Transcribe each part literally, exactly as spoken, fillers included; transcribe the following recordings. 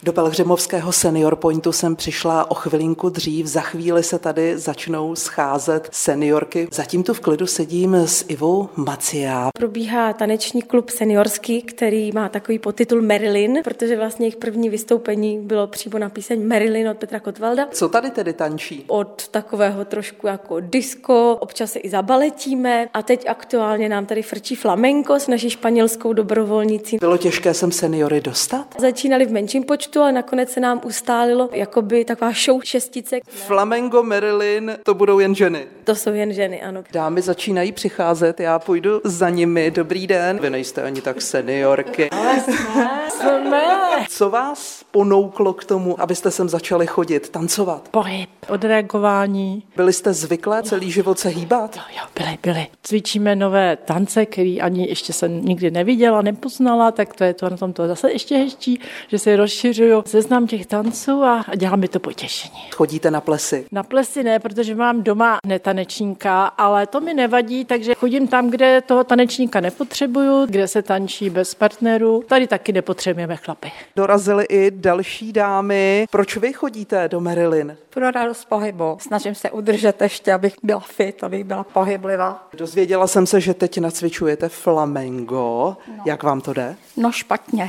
Do Pelhřimovského Senior Pointu jsem přišla o chvilinku dřív, za chvíli se tady začnou scházet seniorky. Zatím tu v klidu sedím s Ivou Maciá. Probíhá taneční klub seniorský, který má takový podtitul Marilyn, protože vlastně jejich první vystoupení bylo přímo na píseň Marilyn od Petra Kotwalda. Co tady tedy tančí? Od takového trošku jako disco, občas se i zabaletíme a teď aktuálně nám tady frčí flamenko s naší španělskou dobrovolnicí. Bylo těžké sem seniory dostat? Začínali v menším počtu, ale nakonec se nám ustálilo jakoby taková show šestice. Flamengo, Marilyn, to budou jen ženy. To jsou jen ženy, ano. Dámy začínají přicházet, já půjdu za nimi. Dobrý den. Vy nejste ani tak seniorky. Ale jsme, jsme. Co vás ponouklo k tomu, abyste sem začali chodit, tancovat? Pohyb, odreagování. Byli jste zvyklé celý život se hýbat? Jo, jo, byli, byli. Cvičíme nové tance, který ani ještě jsem nikdy neviděla, nepoznala, tak to je to na tom to zase ještě hezčí, že se rozšiřují seznam těch tanců a dělá mi to potěšení. Chodíte na plesy? Na plesy ne, protože mám doma netanečníka, ale to mi nevadí, takže chodím tam, kde toho tanečníka nepotřebuju, kde se tančí bez partnerů. Tady taky nepotřebujeme chlapy. Dorazily i další dámy. Proč vy chodíte do Marilyn? Pro radost pohybu. Snažím se udržet ještě, abych byla fit, abych byla pohyblivá. Dozvěděla jsem se, že teď nacvičujete flamengo. No. Jak vám to jde? No špatně.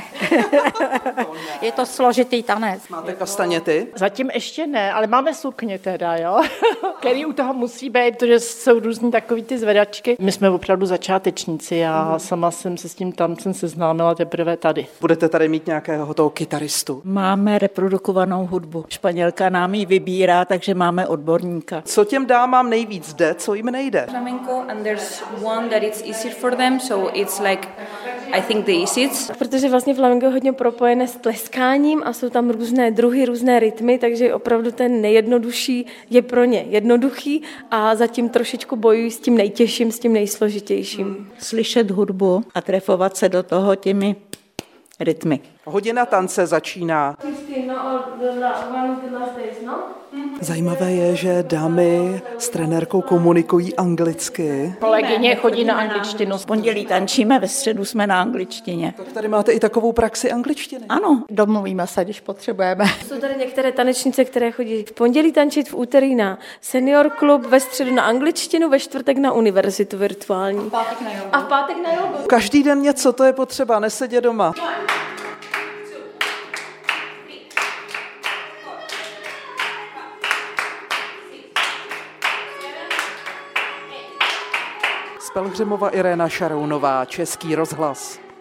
Je to složitý tanec. Máte kastaněty? Zatím ještě ne, ale máme sukně teda, jo, který u toho musí být, protože jsou různý takový ty zvedačky. My jsme opravdu začátečníci, já sama jsem se s tím tancem seznámila teprve tady. Budete tady mít nějakého toho kytaristu? Máme reprodukovanou hudbu. Španělka nám ji vybírá, takže máme odborníka. Co těm dámám nejvíc jde, co jim nejde? Flamenco and there's one that it's easier for them, so it's like I think the easiest. Protože vlastně flamenco je hodně propojené s tleskáním a jsou tam různé druhy, různé rytmy, takže opravdu ten nejjednodušší je pro ně jednoduchý a zatím trošičku bojují s tím nejtěžším, s tím nejsložitějším. Hmm. Slyšet hudbu a trefovat se do toho těmi rytmy. Hodina tance začíná. Zajímavé je, že dámy s trenérkou komunikují anglicky. Kolegyně chodí na angličtinu. V pondělí tančíme, ve středu jsme na angličtině. Tak tady máte i takovou praxi angličtiny. Ano, domluvíme se, když potřebujeme. Jsou tady některé tanečnice, které chodí v pondělí tančit, v úterý na senior klub, ve středu na angličtinu, ve čtvrtek na univerzitu virtuální. A v pátek na jogu. A v pátek na jogu. Každý den něco, to je potřeba, nesedět doma. Z Pelhřimova Irena Šarounová, Český rozhlas.